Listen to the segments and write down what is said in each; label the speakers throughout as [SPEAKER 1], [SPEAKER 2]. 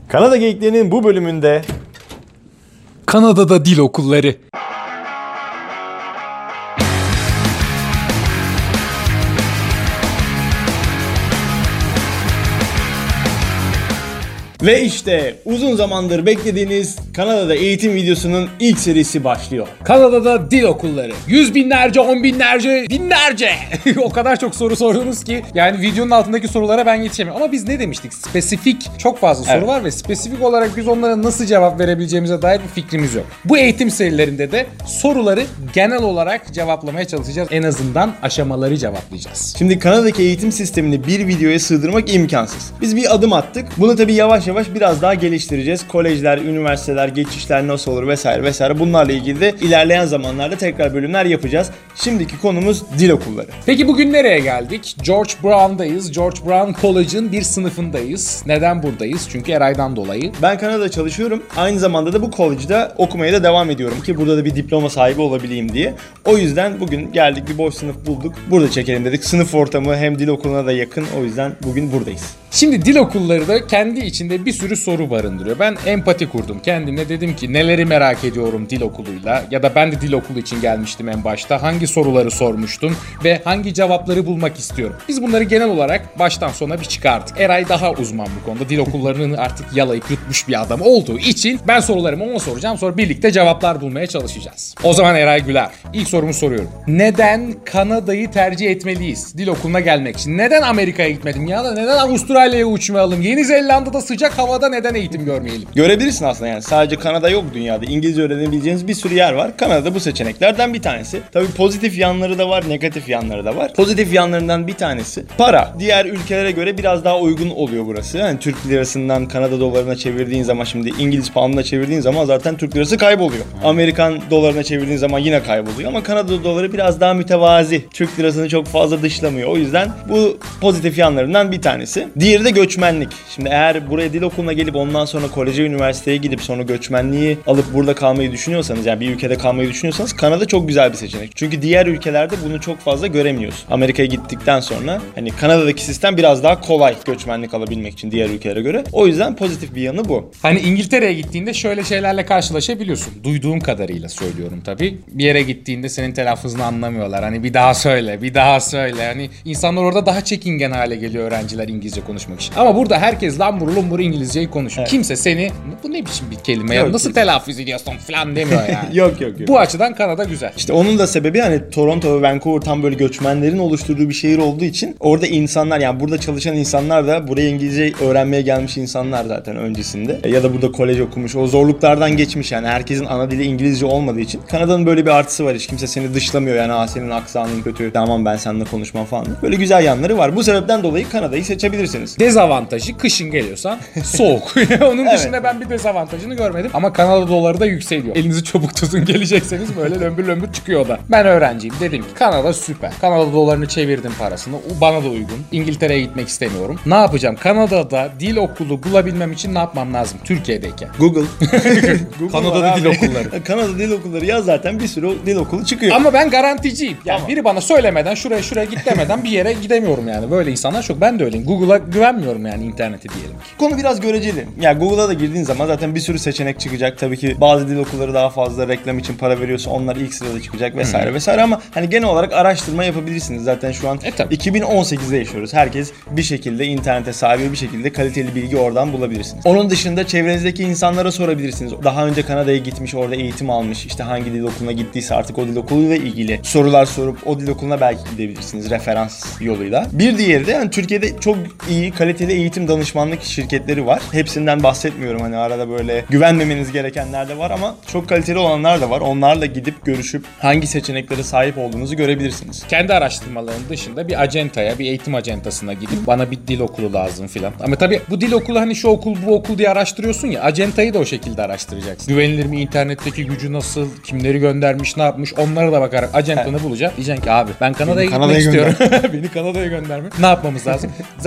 [SPEAKER 1] Kanada Geyiklerinin bu bölümünde
[SPEAKER 2] Kanada'da dil okulları.
[SPEAKER 1] ve işte uzun zamandır beklediğiniz Kanada'da eğitim videosunun ilk serisi başlıyor.
[SPEAKER 2] Kanada'da dil okulları. Yüz binlerce, on binlerce, binlerce. O kadar çok soru sordunuz ki yani videonun altındaki sorulara ben yetişemiyorum. Ama biz ne demiştik? Spesifik çok fazla soru var ve spesifik olarak biz onlara nasıl cevap verebileceğimize dair bir fikrimiz yok. Bu eğitim serilerinde de soruları genel olarak cevaplamaya çalışacağız. En azından aşamaları cevaplayacağız.
[SPEAKER 1] Şimdi Kanada'daki eğitim sistemini bir videoya sığdırmak imkansız. Biz bir adım attık. Bunu tabii yavaş yavaş biraz daha geliştireceğiz. Kolejler, üniversiteler, geçişler nasıl olur vesaire vesaire. Bunlarla ilgili de ilerleyen zamanlarda tekrar bölümler yapacağız. Şimdiki konumuz dil okulları.
[SPEAKER 2] Peki bugün nereye geldik? George Brown'dayız. George Brown College'ın bir sınıfındayız. Neden buradayız? Çünkü Eray'dan dolayı.
[SPEAKER 1] Ben Kanada'da çalışıyorum. Aynı zamanda da bu college'da okumaya da devam ediyorum ki burada da bir diploma sahibi olabileyim diye. O yüzden bugün geldik, bir boş sınıf bulduk. Burada çekelim dedik. Sınıf ortamı hem dil okuluna da yakın. O yüzden bugün buradayız.
[SPEAKER 2] Şimdi dil okulları da kendi içinde bir sürü soru barındırıyor. Ben empati kurdum. Kendime dedim ki neleri merak ediyorum dil okuluyla ya da ben de dil okulu için gelmiştim en başta. Hangi soruları sormuştum ve hangi cevapları bulmak istiyorum. Biz bunları genel olarak baştan sona bir çıkardık. Eray daha uzman bu konuda. Dil okullarını artık yalayıp yutmuş bir adam olduğu için ben sorularımı ona soracağım. Sonra birlikte cevaplar bulmaya çalışacağız. O zaman Eray Güler. İlk sorumu soruyorum. Neden Kanada'yı tercih etmeliyiz dil okuluna gelmek için? Neden Amerika'ya gitmedim ya da neden Avustralya'ya uçmayalım? Yeni Zelanda'da sıcak havada neden eğitim görmeyelim?
[SPEAKER 1] Görebilirsin aslında, yani sadece Kanada yok dünyada. İngilizce öğrenebileceğiniz bir sürü yer var. Kanada bu seçeneklerden bir tanesi. Tabii pozitif yanları da var, negatif yanları da var. Pozitif yanlarından bir tanesi para. Diğer ülkelere göre biraz daha uygun oluyor burası. Yani Türk lirasından Kanada dolarına çevirdiğin zaman, şimdi İngiliz pound'una çevirdiğin zaman zaten Türk lirası kayboluyor. Amerikan dolarına çevirdiğin zaman yine kayboluyor ama Kanada doları biraz daha mütevazi. Türk lirasını çok fazla dışlamıyor. O yüzden bu pozitif yanlarından bir tanesi. Diğeri de göçmenlik. Şimdi eğer buraya dil okuluna gelip ondan sonra koleje, üniversiteye gidip sonra göçmenliği alıp burada kalmayı düşünüyorsanız, yani bir ülkede kalmayı düşünüyorsanız Kanada çok güzel bir seçenek. Çünkü diğer ülkelerde bunu çok fazla göremiyoruz. Amerika'ya gittikten sonra hani Kanada'daki sistem biraz daha kolay göçmenlik alabilmek için diğer ülkelere göre. O yüzden pozitif bir yanı bu.
[SPEAKER 2] Hani İngiltere'ye gittiğinde şöyle şeylerle karşılaşabiliyorsun. Duyduğum kadarıyla söylüyorum tabii. Bir yere gittiğinde senin telaffuzunu anlamıyorlar. Hani bir daha söyle, bir daha söyle. Hani insanlar orada daha çekingen hale geliyor, öğrenciler İngilizce konuşmak için. Ama burada herkes lambur lumbur İngilizceyi konuşuyor. Evet. Kimse seni bu ne biçim bir kelime ya, nasıl telaffuz ediyorsun falan demiyor yani.
[SPEAKER 1] Yok.
[SPEAKER 2] Bu açıdan Kanada güzel.
[SPEAKER 1] İşte onun da sebebi hani Toronto ve Vancouver tam böyle göçmenlerin oluşturduğu bir şehir olduğu için orada insanlar, yani burada çalışan insanlar da buraya İngilizce öğrenmeye gelmiş insanlar zaten öncesinde. Ya da burada kolej okumuş, o zorluklardan geçmiş, yani herkesin ana dili İngilizce olmadığı için. Kanada'nın böyle bir artısı var, hiç kimse seni dışlamıyor yani senin aksanın kötü, tamam ben seninle konuşmam falan. Böyle güzel yanları var. Bu sebepten dolayı Kanada'yı seçebilirsiniz.
[SPEAKER 2] Dezavantajı kışın geliyorsan soğuk. Onun dışında ben bir dezavantajını görmedim. Ama Kanada doları da yükseliyor. Elinizi çabuk tutun, gelecekseniz böyle lömbür lömbür çıkıyor da. Ben öğrenciyim, dedim ki Kanada süper. Kanada dolarını çevirdim parasını. Bana da uygun. İngiltere'ye gitmek istemiyorum. Ne yapacağım? Kanada'da dil okulu bulabilmem için ne yapmam lazım? Türkiye'deyken.
[SPEAKER 1] Google
[SPEAKER 2] Kanada'da dil okulları.
[SPEAKER 1] Kanada dil okulları yaz, zaten bir sürü dil okulu çıkıyor.
[SPEAKER 2] Ama ben garanticiyim. Yani
[SPEAKER 1] tamam.
[SPEAKER 2] Biri bana söylemeden şuraya git demeden bir yere gidemiyorum yani. Böyle insanlar çok. Ben de öyleyim. Google'a güvenmiyorum yani, internete diyelim ki.
[SPEAKER 1] Konu biraz göreceli. Yani Google'a da girdiğin zaman zaten bir sürü seçenek çıkacak. Tabii ki bazı dil okulları daha fazla reklam için para veriyorsa onlar ilk sırada çıkacak vesaire vesaire, ama hani genel olarak araştırma yapabilirsiniz. Zaten şu an 2018'de yaşıyoruz. Herkes bir şekilde internete sahibi, bir şekilde kaliteli bilgi oradan bulabilirsiniz. Onun dışında çevrenizdeki insanlara sorabilirsiniz. Daha önce Kanada'ya gitmiş, orada eğitim almış, işte hangi dil okuluna gittiyse artık o dil okuluyla ilgili sorular sorup o dil okuluna belki gidebilirsiniz referans yoluyla. Bir diğeri de yani Türkiye'de çok iyi kaliteli eğitim danışmanlık şirketleri var. Hepsinden bahsetmiyorum, hani arada böyle güvenmemeniz gerekenler de var ama çok kaliteli olanlar da var. Onlarla gidip görüşüp hangi seçeneklere sahip olduğunuzu görebilirsiniz.
[SPEAKER 2] Kendi araştırmalarının dışında bir acentaya, bir eğitim acentasına gidip bana bir dil okulu lazım filan. Ama tabii bu dil okulu hani şu okul bu okul diye araştırıyorsun ya, acentayı da o şekilde araştıracaksın. Güvenilir mi, internetteki gücü nasıl, kimleri göndermiş, ne yapmış, onlara da bakarak acentanı bulacaksın. Diyeceksin ki abi ben Kanada'ya gitmek istiyorum. Beni Kanada'ya gönderme. Ne yapmamız lazım? Zaten birçok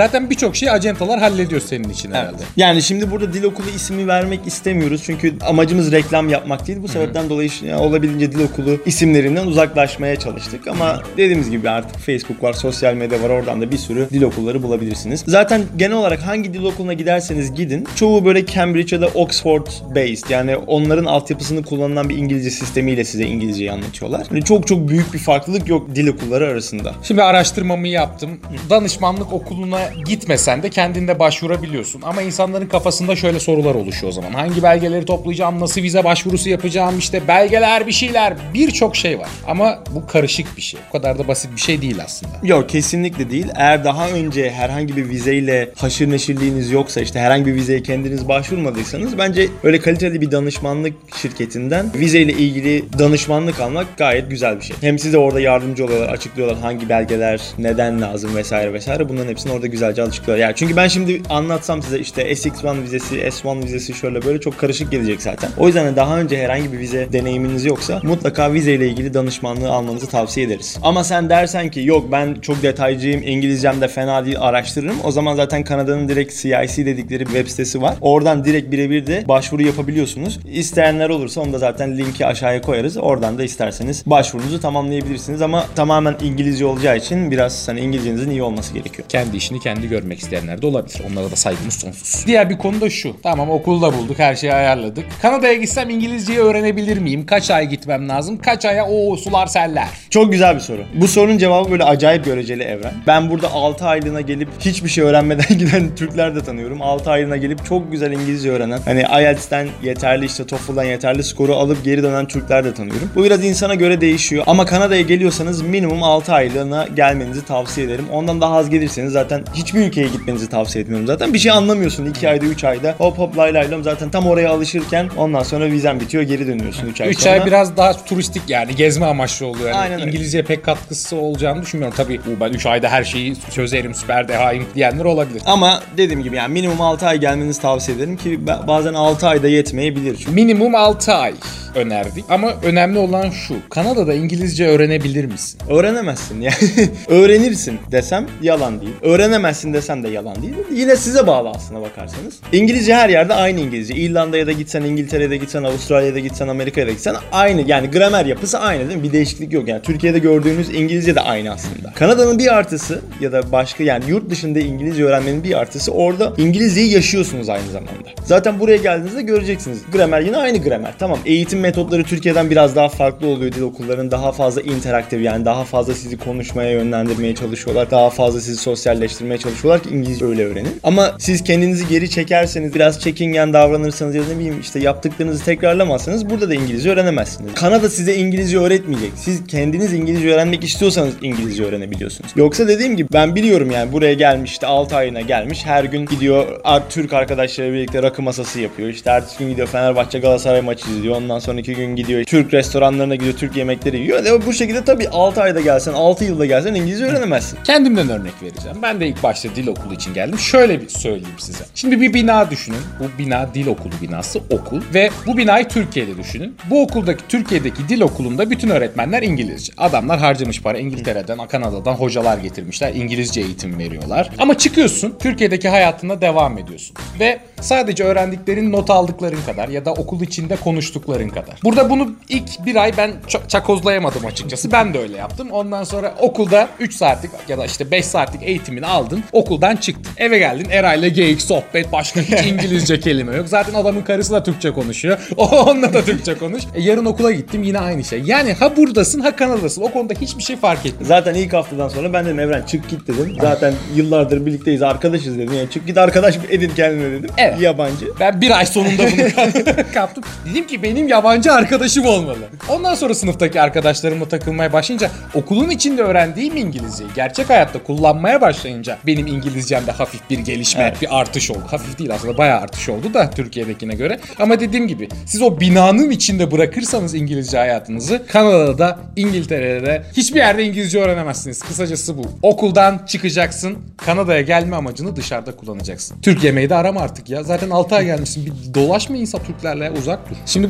[SPEAKER 2] birçok şeyi acentalar hallediyor senin için herhalde.
[SPEAKER 1] Evet. Yani şimdi burada dil okulu ismi vermek istemiyoruz. Çünkü amacımız reklam yapmak değil. Bu sebepten dolayı olabildiğince dil okulu isimlerinden uzaklaşmaya çalıştık. Ama dediğimiz gibi artık Facebook var, sosyal medya var. Oradan da bir sürü dil okulları bulabilirsiniz. Zaten genel olarak hangi dil okuluna giderseniz gidin, çoğu böyle Cambridge ya da Oxford based. Yani onların altyapısını kullanılan bir İngilizce sistemiyle size İngilizceyi anlatıyorlar. Yani çok çok büyük bir farklılık yok dil okulları arasında.
[SPEAKER 2] Şimdi araştırmamı yaptım. Danışmanlık okuluna gitmesen de kendinde başvurabiliyorsun. Ama insanların kafasında şöyle sorular oluşuyor o zaman. Hangi belgeleri toplayacağım, nasıl vize başvurusu yapacağım, işte belgeler, bir şeyler, birçok şey var. Ama bu karışık bir şey. O kadar da basit bir şey değil aslında.
[SPEAKER 1] Yok, kesinlikle değil. Eğer daha önce herhangi bir vizeyle haşır neşirliğiniz yoksa, işte herhangi bir vizeye kendiniz başvurmadıysanız, bence öyle kaliteli bir danışmanlık şirketinden vizeyle ilgili danışmanlık almak gayet güzel bir şey. Hem size orada yardımcı oluyorlar, açıklıyorlar hangi belgeler neden lazım vesaire vesaire. Bunların hepsini orada güzelce açıklıyorlar. Yani çünkü ben şimdi anlatsam size işte SX1 vizesi, S1 vizesi şöyle böyle çok karışık gelecek zaten. O yüzden daha önce herhangi bir vize deneyiminiz yoksa mutlaka vizeyle ilgili danışmanlığı almanızı tavsiye ederiz. Ama sen dersen ki yok ben çok detaycıyım, İngilizcem de fena değil, araştırırım. O zaman zaten Kanada'nın direkt CIC dedikleri bir web sitesi var. Oradan direkt birebir de başvuru yapabiliyorsunuz. İsteyenler olursa onu da zaten linki aşağıya koyarız. Oradan da isterseniz başvurunuzu tamamlayabilirsiniz. Ama tamamen İngilizce olacağı için biraz hani İngilizcenizin iyi olması gerekiyor.
[SPEAKER 2] Kendi işini kendi görmek isteyenler de olabilir. Onlara da saygımız sonsuz. Diğer bir konu da şu. Tamam, okulda bulduk, her şeyi ayarladık. Kanada'ya gitsem İngilizceyi öğrenebilir miyim? Kaç ay gitmem lazım? Kaç aya sular seller?
[SPEAKER 1] Çok güzel bir soru. Bu sorunun cevabı böyle acayip göreceli, Evren. Ben burada 6 aylığına gelip hiçbir şey öğrenmeden giden Türkler de tanıyorum. 6 aylığına gelip çok güzel İngilizce öğrenen, hani IELTS'ten yeterli, işte TOEFL'dan yeterli skoru alıp geri dönen Türkler de tanıyorum. Bu biraz insana göre değişiyor. Ama Kanada'ya geliyorsanız minimum 6 aylığına gelmenizi tavsiye ederim. Ondan daha az gelirseniz zaten hiçbir ülkeye gitmenizi tavsiye etmiyorum zaten. Bir şey anlamıyorsun 2 ayda 3 ayda. Hop hop lay lay lom, zaten tam oraya alışırken ondan sonra vizen bitiyor, geri dönüyorsun 3 ay
[SPEAKER 2] 3
[SPEAKER 1] sonra.
[SPEAKER 2] ay biraz daha turistik, yani gezme amaçlı oluyor. Yani
[SPEAKER 1] Aynen öyle.
[SPEAKER 2] İngilizceye pek katkısı olacağını düşünmüyorum. Tabii ben 3 ayda her şeyi çözerim, süper dehayım diyenler olabilir.
[SPEAKER 1] Ama dediğim gibi yani minimum 6 ay gelmenizi tavsiye ederim ki bazen 6 ayda yetmeyebilir çünkü.
[SPEAKER 2] Minimum 6 ay önerdik. Ama önemli olan şu. Kanada'da İngilizce öğrenebilir misin?
[SPEAKER 1] Öğrenemezsin yani. Öğrenirsin desem yalan değil. Öğrenemezsin desem de yalan değil. Yine size bağlı aslına bakarsanız. İngilizce her yerde aynı İngilizce. İrlanda'ya da gitsen, İngiltere'ye de gitsen, Avustralya'ya da gitsen, Amerika'ya da gitsen aynı. Yani gramer yapısı aynı değil mi? Bir değişiklik yok. Yani Türkiye'de gördüğünüz İngilizce de aynı aslında. Kanada'nın bir artısı ya da başka, yani yurt dışında İngilizce öğrenmenin bir artısı, orada İngilizceyi yaşıyorsunuz aynı zamanda. Zaten buraya geldiğinizde göreceksiniz. Gramer yine aynı gramer. Tamam, eğitim metotları Türkiye'den biraz daha farklı oluyor. Dil okullarının daha fazla interaktif, yani daha fazla sizi konuşmaya yönlendirmeye çalışıyorlar. Daha fazla sizi sosyalleştirmeye çalışıyorlar ki İngilizce öyle öğrenin. Ama siz kendinizi geri çekerseniz, biraz çekingen davranırsanız ya da ne bileyim işte yaptıklarınızı tekrarlamazsanız burada da İngilizce öğrenemezsiniz. Kanada size İngilizce öğretmeyecek. Siz kendiniz İngilizce öğrenmek istiyorsanız İngilizce öğrenebiliyorsunuz. Yoksa dediğim gibi ben biliyorum yani, buraya gelmiş, işte 6 ayına gelmiş, her gün gidiyor Türk arkadaşlarıyla birlikte rakı masası yapıyor. İşte ertesi gün gidiyor Fenerbahçe Galatasaray maçı izliyor. Ondan sonraki gün gidiyor Türk restoranlarına gidiyor, Türk yemekleri yiyor. Ve bu şekilde tabii 6 ayda gelsen, 6 yılda gelsen İngilizce öğrenemezsin.
[SPEAKER 2] Kendimden örnek vereceğim. Ben de ilk başta dil okulu için geldim. Şöyle bir söyleyeyim size. Şimdi bir bina düşünün. Bu bina dil okulu binası, okul. Ve bu binayı Türkiye'de düşünün. Bu okuldaki, Türkiye'deki dil okulunda bütün öğretmenler İngilizce. Adamlar harcamış para. İngiltere'den, Kanada'dan hocalar getirmişler. İngilizce eğitim veriyorlar. Ama çıkıyorsun, Türkiye'deki hayatına devam ediyorsun. Ve sadece öğrendiklerin, not aldıkların kadar ya da okul içinde konuştukların kadar. Burada bunu ilk bir ay ben çakozlayamadım açıkçası. Ben de öyle yaptım. Ondan sonra okulda 3 saatlik ya da işte 5 saatlik eğitimini aldın. Okuldan çıktın. Eve geldin. Eray'la geyik, sohbet, başka hiç İngilizce kelime yok. Zaten adamın karısı da Türkçe konuşuyor. Onunla da Türkçe konuş. Yarın okula gittim, yine aynı şey. Yani ha buradasın ha Kanada'dasın. O konuda hiçbir şey fark etmiyor.
[SPEAKER 1] Zaten ilk haftadan sonra ben dedim Evren çık git dedim. Zaten yıllardır birlikteyiz, arkadaşız dedim. Yani çık git arkadaş edin kendine dedim.
[SPEAKER 2] Evet.
[SPEAKER 1] Yabancı.
[SPEAKER 2] Ben bir ay sonunda bunu kaptım. Dedim ki benim yabancı arkadaşım olmalı. Ondan sonra sınıftaki arkadaşlarımla takılmaya başlayınca, okulun içinde öğrendiğim İngilizceyi gerçek hayatta kullanmaya başlayınca benim İngilizcemde hafif bir gelişme,
[SPEAKER 1] evet,
[SPEAKER 2] bir artış oldu. Hafif değil aslında, bayağı artış oldu da Türkiye'dekine göre. Ama dediğim gibi siz o binanın içinde bırakırsanız İngilizce hayatınızı, Kanada'da, İngiltere'de hiçbir yerde İngilizce öğrenemezsiniz. Kısacası bu. Okuldan çıkacaksın, Kanada'ya gelme amacını dışarıda kullanacaksın. Türk yemeği de arama artık ya. Zaten 6 ay gelmişsin. Bir dolaşma insan Türklerle, uzak dur. Şimdi burada Eray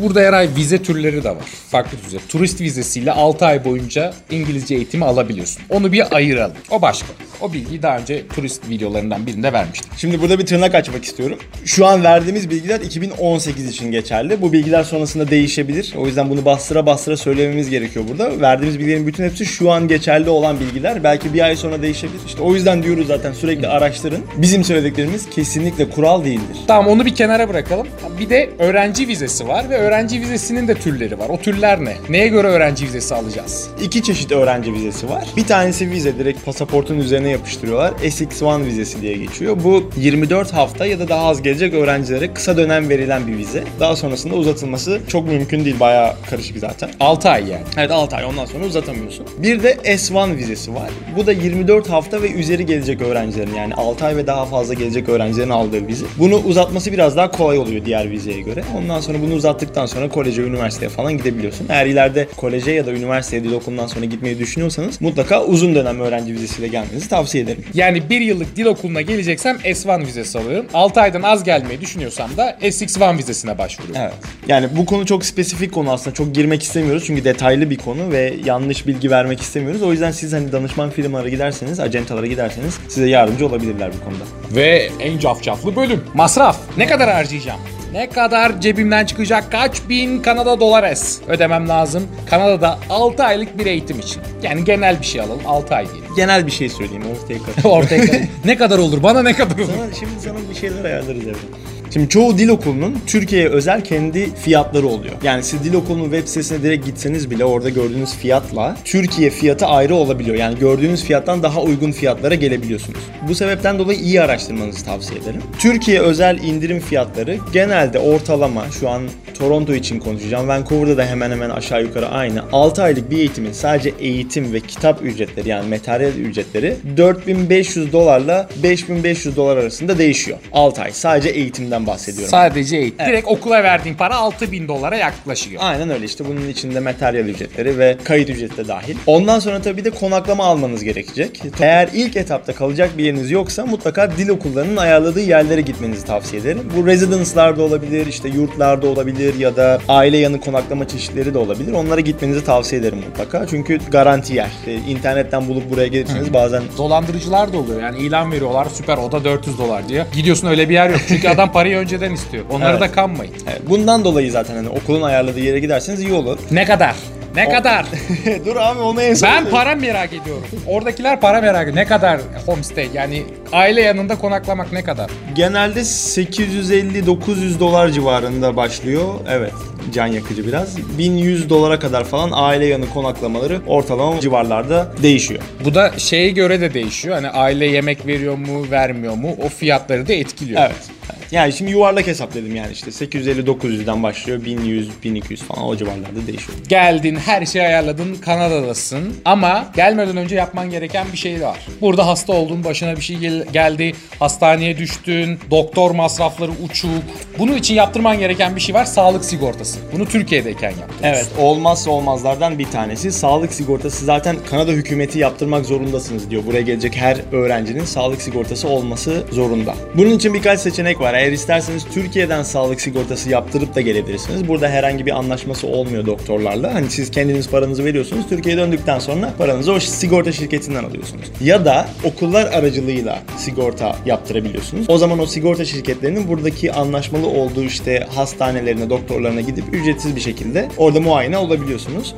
[SPEAKER 2] Altay vize türleri de var. Farklı vize. Turist vizesiyle 6 ay boyunca İngilizce eğitimi alabiliyorsun. Onu bir ayıralım. O başka. O bilgiyi daha önce turist videolarından birinde vermiştim.
[SPEAKER 1] Şimdi burada bir tırnak açmak istiyorum. Şu an verdiğimiz bilgiler 2018 için geçerli. Bu bilgiler sonrasında değişebilir. O yüzden bunu bastıra bastıra söylememiz gerekiyor burada. Verdiğimiz bilgilerin bütün hepsi şu an geçerli olan bilgiler. Belki bir ay sonra değişebilir. İşte o yüzden diyoruz zaten, sürekli araştırın. Bizim söylediklerimiz kesinlikle kural değildir.
[SPEAKER 2] Tamam, onu bir kenara bırakalım. Bir de öğrenci vizesi var ve öğrenci vizesinin de türleri var. O türler ne? Neye göre öğrenci vizesi alacağız?
[SPEAKER 1] 2 çeşit öğrenci vizesi var. Bir tanesi vize, direkt pasaportun üzerine yapıştırıyorlar. SX1 vizesi diye geçiyor. Bu 24 hafta ya da daha az gelecek öğrencilere kısa dönem verilen bir vize. Daha sonrasında uzatılması çok mümkün değil. Bayağı karışık zaten.
[SPEAKER 2] 6 ay yani.
[SPEAKER 1] Evet, 6 ay, ondan sonra uzatamıyorsun. Bir de S1 vizesi var. Bu da 24 hafta ve üzeri gelecek öğrencilerin, yani 6 ay ve daha fazla gelecek öğrencilerin aldığı vize. Bunu uzatması biraz daha kolay oluyor diğer vizeye göre. Ondan sonra bunu uzattıktan sonra koleje, üniversiteye falan gidebiliyorsun. Eğer ileride koleje ya da üniversiteye dil okulundan sonra gitmeyi düşünüyorsanız mutlaka uzun dönem öğrenci vizesiyle gelmenizi tavsiye ederim.
[SPEAKER 2] Yani 1 yıllık dil okuluna geleceksem S1 vizesi alıyorum. 6 aydan az gelmeyi düşünüyorsam da SX1 vizesine başvuruyorum.
[SPEAKER 1] Evet. Yani bu konu çok spesifik konu aslında. Çok girmek istemiyoruz çünkü detaylı bir konu ve yanlış bilgi vermek istemiyoruz. O yüzden siz hani danışman firmalara giderseniz, acentalara giderseniz size yardımcı olabilirler bu konuda.
[SPEAKER 2] Ve en cafcaflı bölüm. Masraf. Ne kadar harcayacağım? Ne kadar cebimden çıkacak? Kaç bin Kanada dolares ödemem lazım Kanada'da 6 aylık bir eğitim için? Yani genel bir şey alalım, 6 ay diyelim.
[SPEAKER 1] Genel bir şey söyleyeyim, ortaya karışık.
[SPEAKER 2] Ortaya ne kadar olur? Bana ne kadar olur?
[SPEAKER 1] Şimdi sana bir şeyler ayarlarız evde. Şimdi çoğu dil okulunun Türkiye'ye özel kendi fiyatları oluyor. Yani siz dil okulunun web sitesine direkt gitseniz bile orada gördüğünüz fiyatla Türkiye fiyatı ayrı olabiliyor. Yani gördüğünüz fiyattan daha uygun fiyatlara gelebiliyorsunuz. Bu sebepten dolayı iyi araştırmanızı tavsiye ederim. Türkiye özel indirim fiyatları genelde ortalama, şu an Toronto için konuşacağım, Vancouver'da da hemen hemen aşağı yukarı aynı. 6 aylık bir eğitimin sadece eğitim ve kitap ücretleri, yani materyal ücretleri 4.500 dolarla 5.500 dolar arasında değişiyor. 6 ay sadece eğitimden bahsediyorum.
[SPEAKER 2] Sadece eğitim. Evet. Direkt okula verdiğin para 6.000 dolara yaklaşıyor.
[SPEAKER 1] Aynen öyle, işte bunun içinde materyal ücretleri ve kayıt ücreti de dahil. Ondan sonra tabii de konaklama almanız gerekecek. Eğer ilk etapta kalacak bir yeriniz yoksa mutlaka dil okullarının ayarladığı yerlere gitmenizi tavsiye ederim. Bu residence'larda olabilir, işte yurtlarda olabilir ya da aile yanı konaklama çeşitleri de olabilir. Onlara gitmenizi tavsiye ederim mutlaka. Çünkü garanti yer. İnternetten bulup buraya gelirseniz bazen...
[SPEAKER 2] Dolandırıcılar da oluyor. Yani ilan veriyorlar, süper oda 400 dolar diye. Gidiyorsun, öyle bir yer yok. Çünkü adam parayı önceden istiyor. Onlara da kanmayın.
[SPEAKER 1] Evet. Bundan dolayı zaten hani okulun ayarladığı yere giderseniz iyi olur.
[SPEAKER 2] Ne kadar? Ne kadar?
[SPEAKER 1] Dur abi, onu en son...
[SPEAKER 2] Ben para merak ediyorum. Oradakiler para merak ediyor. Ne kadar homestay? Yani aile yanında konaklamak ne kadar?
[SPEAKER 1] Genelde 850-900 dolar civarında başlıyor. Evet, can yakıcı biraz. 1100 dolara kadar falan aile yanı konaklamaları ortalama civarlarda değişiyor.
[SPEAKER 2] Bu da şeye göre de değişiyor. Hani aile yemek veriyor mu, vermiyor mu? O fiyatları da etkiliyor.
[SPEAKER 1] Evet. Yani şimdi yuvarlak hesapladım, yani işte 850-900'den başlıyor, 1100-1200 falan o civarlarda değişiyor.
[SPEAKER 2] Geldin, her şeyi ayarladın, Kanada'dasın ama gelmeden önce yapman gereken bir şey var. Burada hasta oldun, başına bir şey geldi, hastaneye düştün, doktor masrafları uçuk. Bunun için yaptırman gereken bir şey var, sağlık sigortası. Bunu Türkiye'deyken yaptırıyorsun.
[SPEAKER 1] Evet, olmazsa olmazlardan bir tanesi sağlık sigortası. Zaten Kanada hükümeti yaptırmak zorundasınız diyor. Buraya gelecek her öğrencinin sağlık sigortası olması zorunda. Bunun için birkaç seçenek var. Eğer isterseniz Türkiye'den sağlık sigortası yaptırıp da gelebilirsiniz. Burada herhangi bir anlaşması olmuyor doktorlarla. Hani siz kendiniz paranızı veriyorsunuz. Türkiye'ye döndükten sonra paranızı o sigorta şirketinden alıyorsunuz. Ya da okullar aracılığıyla sigorta yaptırabiliyorsunuz. O zaman o sigorta şirketlerinin buradaki anlaşmalı olduğu işte hastanelerine, doktorlarına gidip ücretsiz bir şekilde orada muayene olabiliyorsunuz.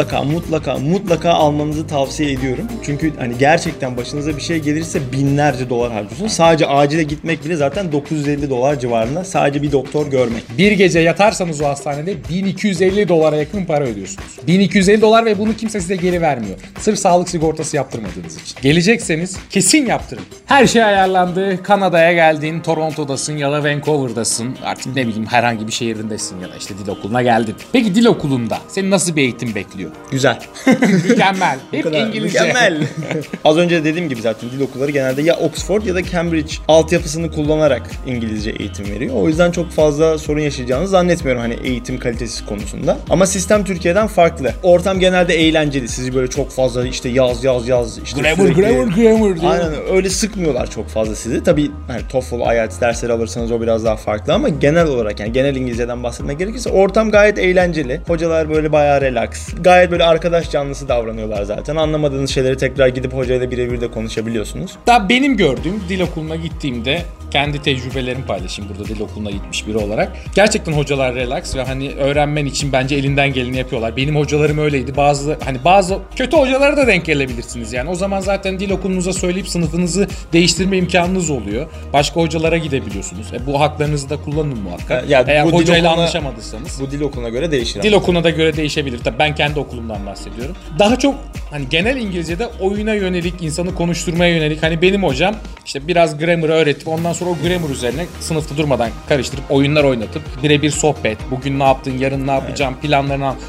[SPEAKER 1] Mutlaka almanızı tavsiye ediyorum. Çünkü hani gerçekten başınıza bir şey gelirse binlerce dolar harcıyorsunuz. Sadece acile gitmek bile zaten 950 dolar civarında, sadece bir doktor görmek.
[SPEAKER 2] Bir gece yatarsanız o hastanede 1250 dolara yakın para ödüyorsunuz. 1250 dolar ve bunu kimse size geri vermiyor. Sırf sağlık sigortası yaptırmadığınız için. Gelecekseniz kesin yaptırın. Her şey ayarlandı. Kanada'ya geldin. Toronto'dasın ya da Vancouver'dasın. Artık ne bileyim herhangi bir şehrindesin ya da işte dil okuluna geldin. Peki dil okulunda seni nasıl bir eğitim bekliyor?
[SPEAKER 1] Güzel.
[SPEAKER 2] Mükemmel. Hep İngilizce.
[SPEAKER 1] Mükemmel. Az önce dediğim gibi zaten dil okulları genelde ya Oxford ya da Cambridge altyapısını kullanarak İngilizce eğitim veriyor. O yüzden çok fazla sorun yaşayacağınızı zannetmiyorum hani eğitim kalitesi konusunda. Ama sistem Türkiye'den farklı. Ortam genelde eğlenceli. Sizi böyle çok fazla işte yaz işte
[SPEAKER 2] grammar diye.
[SPEAKER 1] Aynen öyle sıkmıyorlar. zorlamıyorlar çok fazla sizi. Tabii hani TOEFL, IELTS dersleri alırsanız o biraz daha farklı ama genel olarak yani genel İngilizceden bahsetmek gerekirse ortam gayet eğlenceli. Hocalar böyle bayağı relax. Gayet böyle arkadaş canlısı davranıyorlar zaten. Anlamadığınız şeyleri tekrar gidip hocayla birebir de konuşabiliyorsunuz.
[SPEAKER 2] Daha benim gördüğüm, dil okuluna gittiğimde kendi tecrübelerimi paylaşayım burada dil okuluna gitmiş biri olarak. Gerçekten hocalar relax ve hani öğrenmen için bence elinden geleni yapıyorlar. Benim hocalarım öyleydi. Bazı kötü hocalara da denk gelebilirsiniz yani. O zaman zaten dil okulunuza söyleyip sınıfınızı değiştirme imkanınız oluyor. Başka hocalara gidebiliyorsunuz. Bu haklarınızı da kullanın muhakkak. Eğer hocayla anlaşamadıysanız.
[SPEAKER 1] Bu dil okuluna göre değişir.
[SPEAKER 2] Dil okuluna da göre değişebilir. Tabii ben kendi okulumdan bahsediyorum. Daha çok hani genel İngilizce'de oyuna yönelik, insanı konuşturmaya yönelik. Hani benim hocam işte biraz grammar'ı öğretip ondan sonra o grammar üzerine sınıfta durmadan karıştırıp oyunlar oynatıp birebir sohbet. Bugün ne yaptın, yarın ne yapacağım, planlarını al.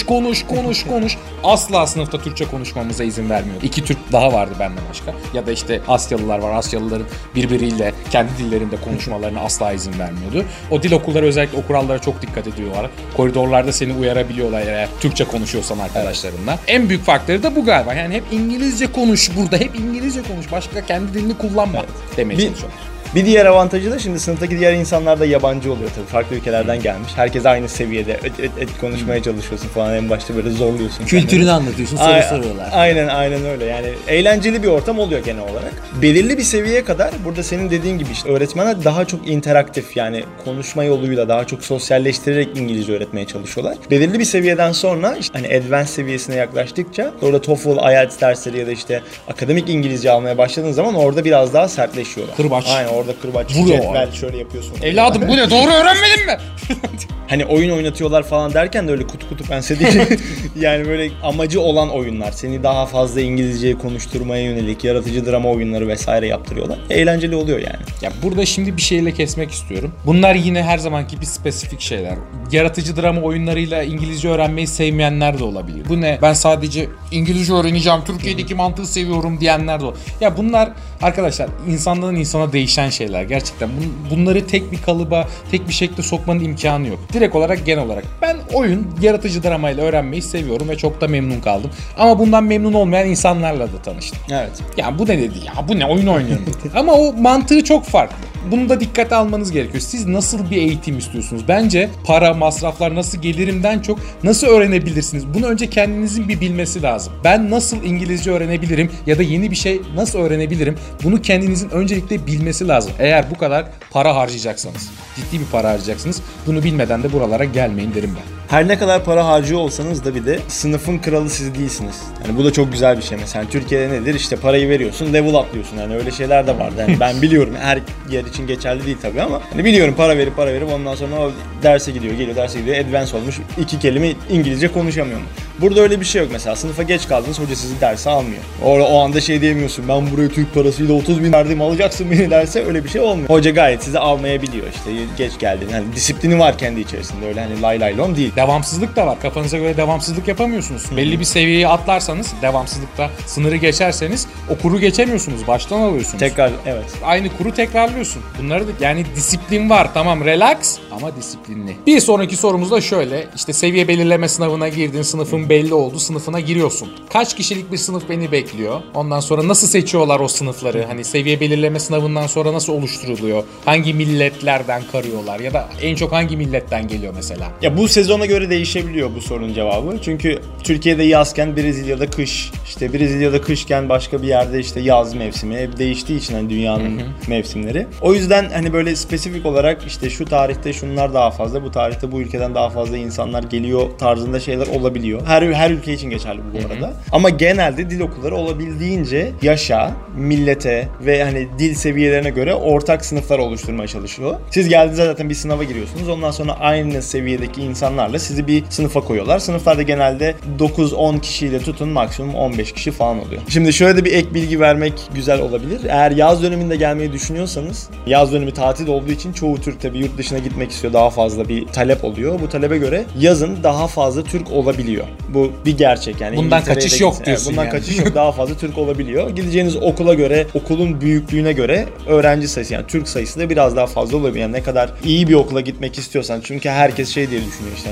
[SPEAKER 2] Konuş. Asla sınıfta Türkçe konuşmamıza izin vermiyordu. 2 Türk daha vardı benden başka. Ya da işte Asyalılar var. Asyalıların birbiriyle kendi dillerinde konuşmalarına asla izin vermiyordu. O dil okulları özellikle o kurallara çok dikkat ediyorlar. Koridorlarda seni uyarabiliyorlar eğer Türkçe konuşuyorsan arkadaşlarınla. En büyük farkları da bu galiba. Yani hep İngilizce konuş burada. Hep İngilizce konuş. Başka kendi dilini kullanma demeye çalışıyorum.
[SPEAKER 1] Bir diğer avantajı da şimdi sınıftaki diğer insanlar da yabancı oluyor tabii. Farklı ülkelerden gelmiş. Herkes aynı seviyede konuşmaya çalışıyorsun falan. En başta böyle zorluyorsun.
[SPEAKER 3] Kültürünü anlatıyorsun, soru soruyorlar.
[SPEAKER 1] Aynen öyle. Yani eğlenceli bir ortam oluyor genel olarak. Belirli bir seviyeye kadar burada senin dediğin gibi işte öğretmenler daha çok interaktif yani konuşma yoluyla daha çok sosyalleştirerek İngilizce öğretmeye çalışıyorlar. Belirli bir seviyeden sonra işte hani advanced seviyesine yaklaştıkça orada TOEFL, IELTS dersleri ya da işte akademik İngilizce almaya başladığın zaman orada biraz daha sertleşiyorlar.
[SPEAKER 2] Kırbaç.
[SPEAKER 1] Aynen orada kırbaç,
[SPEAKER 2] vuruyor
[SPEAKER 1] cetvel şöyle yapıyorsun.
[SPEAKER 2] Evladım bu ne? Doğru öğrenmedin mi?
[SPEAKER 1] Hani oyun oynatıyorlar falan derken de öyle kutu pense değil. Yani böyle amacı olan oyunlar. Seni daha fazla İngilizceyi konuşturmaya yönelik yaratıcı drama oyunları vesaire yaptırıyorlar. Eğlenceli oluyor yani.
[SPEAKER 2] Ya burada şimdi bir şeyle kesmek istiyorum. Bunlar yine her zamanki gibi spesifik şeyler. Yaratıcı drama oyunlarıyla İngilizce öğrenmeyi sevmeyenler de olabilir. Bu ne? Ben sadece İngilizce öğreneceğim, Türkiye'deki mantığı seviyorum diyenler de olabilir. Ya bunlar arkadaşlar insandan insana değişen şeyler. Gerçekten bunları tek bir kalıba, tek bir şekilde sokmanın imkanı yok. Direkt olarak, genel olarak. Ben oyun, yaratıcı dramayla öğrenmeyi seviyorum ve çok da memnun kaldım. Ama bundan memnun olmayan insanlarla da tanıştım.
[SPEAKER 1] Evet.
[SPEAKER 2] Ya bu ne dedi ya? Bu ne? Oyun oynuyorum dedi. Ama o mantığı çok farklı. Bunu da dikkate almanız gerekiyor. Siz nasıl bir eğitim istiyorsunuz? Bence para, masraflar nasıl gelirimden çok nasıl öğrenebilirsiniz? Bunu önce kendinizin bir bilmesi lazım. Ben nasıl İngilizce öğrenebilirim ya da yeni bir şey nasıl öğrenebilirim? Bunu kendinizin öncelikle bilmesi lazım. Eğer bu kadar para harcayacaksanız, ciddi bir para harcayacaksınız. Bunu bilmeden de buralara gelmeyin derim ben.
[SPEAKER 1] Her ne kadar para harcıyor olsanız da bir de sınıfın kralı siz değilsiniz. Yani bu da çok güzel bir şey mesela. Türkiye'de nedir? İşte parayı veriyorsun, level atlıyorsun. Yani öyle şeyler de vardı. Yani ben biliyorum. Her yer için geçerli değil tabii ama hani biliyorum para verip ondan sonra o derse gidiyor, advance olmuş. 2 kelime İngilizce konuşamıyorum. Burada öyle bir şey yok mesela. Sınıfa geç kaldınız, hoca sizi derse almıyor. O anda şey diyemiyorsun. Ben buraya Türk parasıyla 30.000 verdim, alacaksın beni derse öyle bir şey olmuyor. Hoca gayet sizi almayabiliyor işte geç geldin. Hani disiplini var kendi içerisinde. Öyle hani lay lom değil.
[SPEAKER 2] Devamsızlık da var. Kafanıza göre devamsızlık yapamıyorsunuz. Belli bir seviyeyi atlarsanız, devamsızlıkta sınırı geçerseniz o kuru geçemiyorsunuz. Baştan alıyorsunuz.
[SPEAKER 1] Tekrar evet.
[SPEAKER 2] Aynı kuru tekrarlıyorsun. Bunları da yani disiplin var. Tamam relax ama disiplinli. Bir sonraki sorumuz da şöyle. İşte seviye belirleme sınavına girdin. Sınıfın belli oldu. Sınıfına giriyorsun. Kaç kişilik bir sınıf beni bekliyor? Ondan sonra nasıl seçiyorlar o sınıfları? Hani seviye belirleme sınavından sonra nasıl oluşturuluyor? Hangi milletlerden karıyorlar? Ya da en çok hangi milletten geliyor mesela?
[SPEAKER 1] Ya bu sezona göre değişebiliyor bu sorunun cevabı. Çünkü Türkiye'de yazken Brezilya'da kış, işte Brezilya'da kışken başka bir yerde işte yaz mevsimi hep değiştiği için hani dünyanın mevsimleri. O yüzden hani böyle spesifik olarak işte şu tarihte şunlar daha fazla, bu tarihte bu ülkeden daha fazla insanlar geliyor tarzında şeyler olabiliyor. Her ülke için geçerli bu arada. Ama genelde dil okulları olabildiğince yaşa, millete ve hani dil seviyelerine göre ortak sınıflar oluşturmaya çalışıyor. Siz geldiğinizde zaten bir sınava giriyorsunuz. Ondan sonra aynı seviyedeki insanlarla sizi bir sınıfa koyuyorlar. Sınıflarda genelde 9-10 kişiyle tutun maksimum 15 kişi falan oluyor. Şimdi şöyle de bir ek bilgi vermek güzel olabilir. Eğer yaz döneminde gelmeyi düşünüyorsanız, yaz dönemi tatil olduğu için çoğu Türk tabii yurt dışına gitmek istiyor. Daha fazla bir talep oluyor. Bu talebe göre yazın daha fazla Türk olabiliyor. Bu bir gerçek yani.
[SPEAKER 2] Bundan kaçış yok diyorsun
[SPEAKER 1] bundan
[SPEAKER 2] yani.
[SPEAKER 1] kaçış yok. Daha fazla Türk olabiliyor. Gideceğiniz okula göre, okulun büyüklüğüne göre öğrenci sayısı yani Türk sayısı da biraz daha fazla olabiliyor. Yani ne kadar iyi bir okula gitmek istiyorsan çünkü herkes şey diye düşünüyor işte hani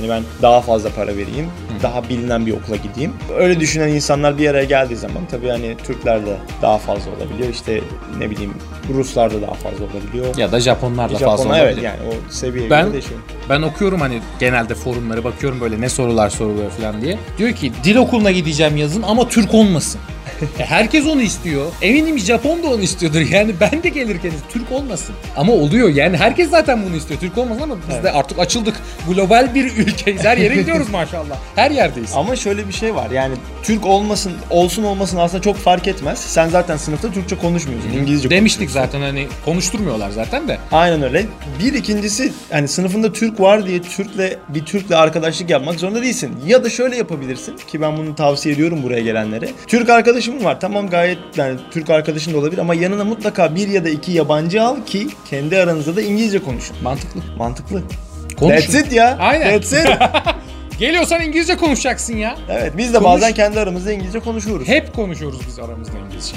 [SPEAKER 1] Hani ben daha fazla para vereyim, daha bilinen bir okula gideyim. Öyle düşünen insanlar bir araya geldiği zaman tabii hani Türkler de daha fazla olabiliyor. İşte ne bileyim Ruslar da daha fazla olabiliyor.
[SPEAKER 2] Ya da Japonlar da fazla olabilir.
[SPEAKER 1] Evet, yani o seviyeye
[SPEAKER 2] Ben-
[SPEAKER 1] göre değişiyor.
[SPEAKER 2] Ben okuyorum hani genelde forumları, bakıyorum böyle ne sorular soruluyor falan diye. Diyor ki dil okuluna gideceğim yazın ama Türk olmasın. Herkes onu istiyor. Eminim Japon da onu istiyordur. Yani ben de gelirken Türk olmasın. Ama oluyor yani, herkes zaten bunu istiyor. Türk olmasın ama biz de artık açıldık. Global bir ülkeyiz. Her yere gidiyoruz maşallah. Her yerdeyiz.
[SPEAKER 1] Ama şöyle bir şey var, yani Türk olmasın, olsun olmasın aslında çok fark etmez. Sen zaten sınıfta Türkçe konuşmuyorsun, İngilizce
[SPEAKER 2] Demiştik
[SPEAKER 1] konuşuyorsun.
[SPEAKER 2] zaten, hani konuşturmuyorlar zaten de.
[SPEAKER 1] Aynen öyle. Bir ikincisi, hani sınıfında Türk var diye bir Türk'le arkadaşlık yapmak zorunda değilsin. Ya da şöyle yapabilirsin ki ben bunu tavsiye ediyorum buraya gelenlere. Türk arkadaşım var, tamam, gayet yani Türk arkadaşın da olabilir ama yanına mutlaka bir ya da iki yabancı al ki kendi aranızda da İngilizce konuşun.
[SPEAKER 2] Mantıklı.
[SPEAKER 1] Mantıklı.
[SPEAKER 2] Konuşun.
[SPEAKER 1] That's it ya.
[SPEAKER 2] Aynen.
[SPEAKER 1] That's it.
[SPEAKER 2] Geliyorsan İngilizce konuşacaksın ya.
[SPEAKER 1] Evet, biz de
[SPEAKER 2] Konuş.
[SPEAKER 1] bazen kendi aramızda İngilizce konuşuyoruz.
[SPEAKER 2] Hep konuşuyoruz biz aramızda İngilizce.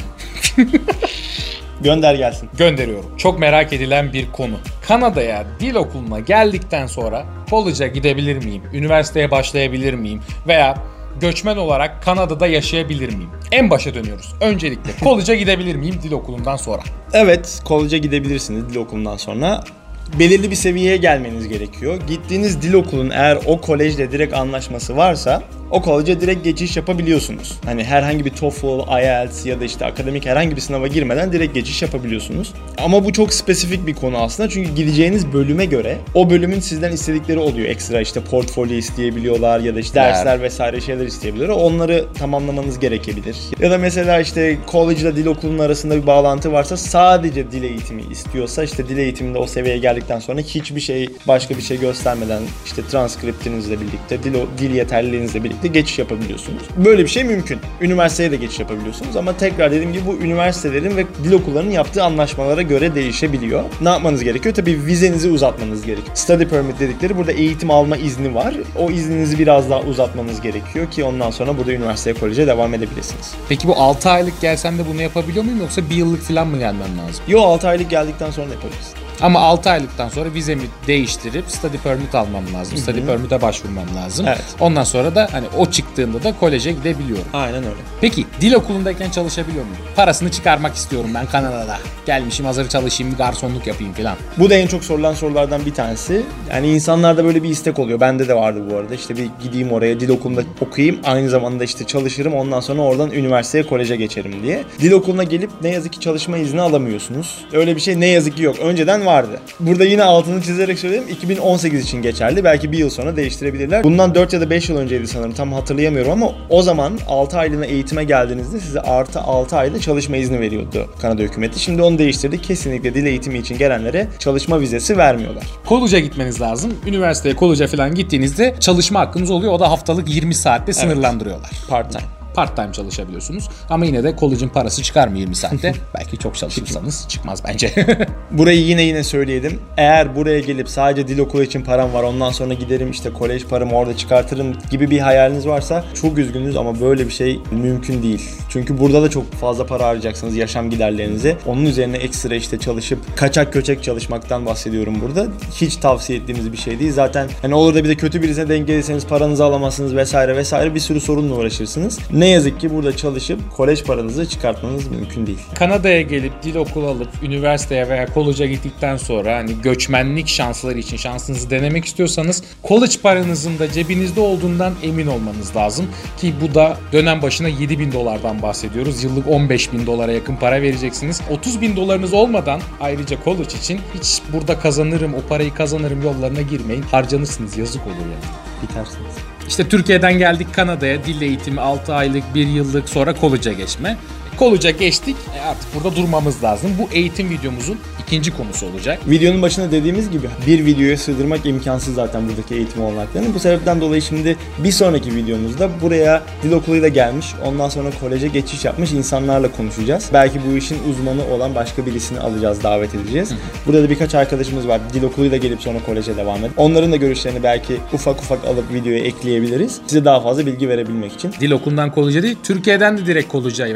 [SPEAKER 1] Gönder gelsin.
[SPEAKER 2] Gönderiyorum. Çok merak edilen bir konu. Kanada'ya dil okuluna geldikten sonra college'a gidebilir miyim? Üniversiteye başlayabilir miyim? Veya göçmen olarak Kanada'da yaşayabilir miyim? En başa dönüyoruz. Öncelikle college'a gidebilir miyim dil okulundan sonra?
[SPEAKER 1] Evet, college'a gidebilirsiniz dil okulundan sonra. Belirli bir seviyeye gelmeniz gerekiyor. Gittiğiniz dil okulun eğer o kolejle direkt anlaşması varsa o college'a direkt geçiş yapabiliyorsunuz. Hani herhangi bir TOEFL, IELTS ya da işte akademik herhangi bir sınava girmeden direkt geçiş yapabiliyorsunuz. Ama bu çok spesifik bir konu aslında, çünkü gideceğiniz bölüme göre o bölümün sizden istedikleri oluyor. Ekstra işte portfolyo isteyebiliyorlar ya da işte dersler vesaire şeyler isteyebiliyorlar. Onları tamamlamanız gerekebilir. Ya da mesela işte college ile dil okulunun arasında bir bağlantı varsa, sadece dil eğitimi istiyorsa işte dil eğitiminde o seviyeye geldikten sonra hiçbir şey, başka bir şey göstermeden işte transkriptinizle birlikte, dil yeterliliğinizle birlikte geçiş yapabiliyorsunuz. Böyle bir şey mümkün. Üniversiteye de geçiş yapabiliyorsunuz ama tekrar dediğim gibi bu üniversitelerin ve dil okullarının yaptığı anlaşmalara göre değişebiliyor. Ne yapmanız gerekiyor? Tabii vizenizi uzatmanız gerekiyor. Study permit dedikleri, burada eğitim alma izni var. O izninizi biraz daha uzatmanız gerekiyor ki ondan sonra burada üniversiteye, koleje devam edebilirsiniz.
[SPEAKER 2] Peki bu 6 aylık gelsem de bunu yapabiliyor muyum, yoksa 1 yıllık falan mı gelmem lazım?
[SPEAKER 1] Yo, 6 aylık geldikten sonra da yapabilirsin.
[SPEAKER 2] Ama 6 aylıktan sonra vizemi değiştirip study permit almam lazım. Study permit'e başvurmam lazım.
[SPEAKER 1] Evet.
[SPEAKER 2] Ondan sonra da hani o çıktığında da koleje gidebiliyorum.
[SPEAKER 1] Aynen öyle.
[SPEAKER 2] Peki dil okulundayken çalışabiliyor muyum? Parasını çıkarmak istiyorum ben Kanada'da. Gelmişim hazır çalışayım, garsonluk yapayım falan.
[SPEAKER 1] Bu da en çok sorulan sorulardan bir tanesi. Yani insanlarda böyle bir istek oluyor. Bende de vardı bu arada. İşte bir gideyim oraya, dil okulunda okuyayım. Aynı zamanda işte çalışırım. Ondan sonra oradan üniversiteye, koleje geçerim diye. Dil okuluna gelip ne yazık ki çalışma izni alamıyorsunuz. Öyle bir şey ne yazık ki yok. Önceden vardı. Burada yine altını çizerek söyleyeyim. 2018 için geçerli. Belki bir yıl sonra değiştirebilirler. Bundan 4 ya da 5 yıl önceydi sanırım. Tam hatırlayamıyorum ama o zaman 6 aylığına eğitime geldiğinizde size artı 6 ayda çalışma izni veriyordu Kanada hükümeti. Şimdi onu değiştirdi. Kesinlikle dil eğitimi için gelenlere çalışma vizesi vermiyorlar.
[SPEAKER 2] College'a gitmeniz lazım. Üniversiteye, college'a falan gittiğinizde çalışma hakkınız oluyor. O da haftalık 20 saatte sınırlandırıyorlar.
[SPEAKER 1] Part time.
[SPEAKER 2] Part-time çalışabiliyorsunuz. Ama yine de college'ın parası çıkar mı 20 saatte? Belki çok çalışırsanız çıkmaz bence.
[SPEAKER 1] Burayı yine söyleyelim. Eğer buraya gelip sadece dil okulu için param var, ondan sonra giderim işte kolej paramı orada çıkartırım gibi bir hayaliniz varsa çok üzgünüz ama böyle bir şey mümkün değil. Çünkü burada da çok fazla para harcayacaksınız yaşam giderlerinizi. Onun üzerine ekstra işte çalışıp kaçak göçek çalışmaktan bahsediyorum burada. Hiç tavsiye ettiğimiz bir şey değil. Zaten hani olur da bir de kötü birisine denk gelirseniz paranızı alamazsınız vesaire bir sürü sorunla uğraşırsınız. Ne yazık ki burada çalışıp kolej paranızı çıkartmanız mümkün değil.
[SPEAKER 2] Kanada'ya gelip dil okulu alıp üniversiteye veya college'a gittikten sonra hani göçmenlik şansları için şansınızı denemek istiyorsanız college paranızın da cebinizde olduğundan emin olmanız lazım. Ki bu da dönem başına $7,000 bahsediyoruz. Yıllık $15,000 yakın para vereceksiniz. $30,000 olmadan ayrıca college için hiç burada kazanırım, o parayı kazanırım yollarına girmeyin. Harcanırsınız, yazık olur yani.
[SPEAKER 1] Bitersiniz.
[SPEAKER 2] İşte Türkiye'den geldik Kanada'ya, dil eğitimi 6 aylık, 1 yıllık, sonra college'a geçme. College'a geçtik, artık burada durmamız lazım. Bu eğitim videomuzun ikinci konusu olacak.
[SPEAKER 1] Videonun başında dediğimiz gibi bir videoya sığdırmak imkansız zaten buradaki eğitim olanaklarını. Bu sebepten dolayı şimdi bir sonraki videomuzda buraya dil okuluyla gelmiş, ondan sonra koleje geçiş yapmış insanlarla konuşacağız. Belki bu işin uzmanı olan başka birisini alacağız, davet edeceğiz. Burada da birkaç arkadaşımız var. Dil okuluyla gelip sonra koleje devam edip. Onların da görüşlerini belki ufak alıp videoya ekleyebiliriz. Size daha fazla bilgi verebilmek için.
[SPEAKER 2] Dil okulundan college'a değil, Türkiye'den de direkt college'a veya üniversiteye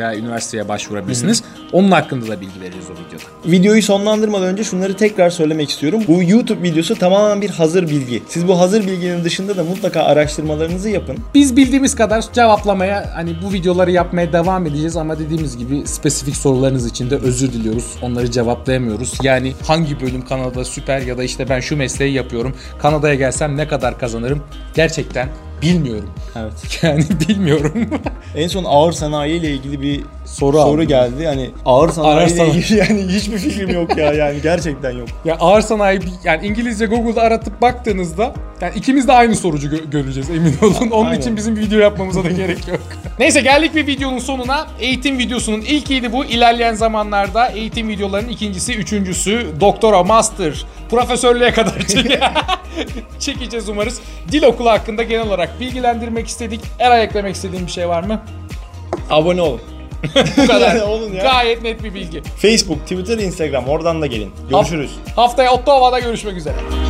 [SPEAKER 2] üniversiteye başvurabilirsiniz. Onun hakkında da bilgi veririz o videoda.
[SPEAKER 1] Videoyu sonlandırmadan önce şunları tekrar söylemek istiyorum. Bu YouTube videosu tamamen bir hazır bilgi. Siz bu hazır bilginin dışında da mutlaka araştırmalarınızı yapın.
[SPEAKER 2] Biz bildiğimiz kadar cevaplamaya, hani bu videoları yapmaya devam edeceğiz ama dediğimiz gibi spesifik sorularınız için de özür diliyoruz. Onları cevaplayamıyoruz. Yani hangi bölüm Kanada'da süper ya da işte ben şu mesleği yapıyorum, Kanada'ya gelsem ne kadar kazanırım? Gerçekten bilmiyorum.
[SPEAKER 1] Evet.
[SPEAKER 2] Yani bilmiyorum.
[SPEAKER 1] En son ağır sanayi ile ilgili bir soru geldi. Yani ağır sanayi ile ilgili yani hiçbir fikrim yok ya. Yani gerçekten yok.
[SPEAKER 2] Ya ağır sanayi, yani İngilizce Google'da aratıp baktığınızda yani ikimiz de aynı sorucu göreceğiz, emin olun. Onun
[SPEAKER 1] Aynen.
[SPEAKER 2] için bizim video yapmamıza da gerek yok. Neyse, geldik bir videonun sonuna. Eğitim videosunun ilkiydi bu. İlerleyen zamanlarda eğitim videolarının ikincisi, üçüncüsü, doktora, master, profesörlüğe kadar çekeceğiz umarız. Dil okulu hakkında genel olarak bilgilendirmek istedik. Eray, eklemek istediğin bir şey var mı?
[SPEAKER 1] Abone olun.
[SPEAKER 2] Bu kadar.
[SPEAKER 1] Yani olun ya.
[SPEAKER 2] Gayet net bir bilgi.
[SPEAKER 1] Facebook, Twitter, Instagram, oradan da gelin. Görüşürüz.
[SPEAKER 2] Haftaya Ottawa'da görüşmek üzere.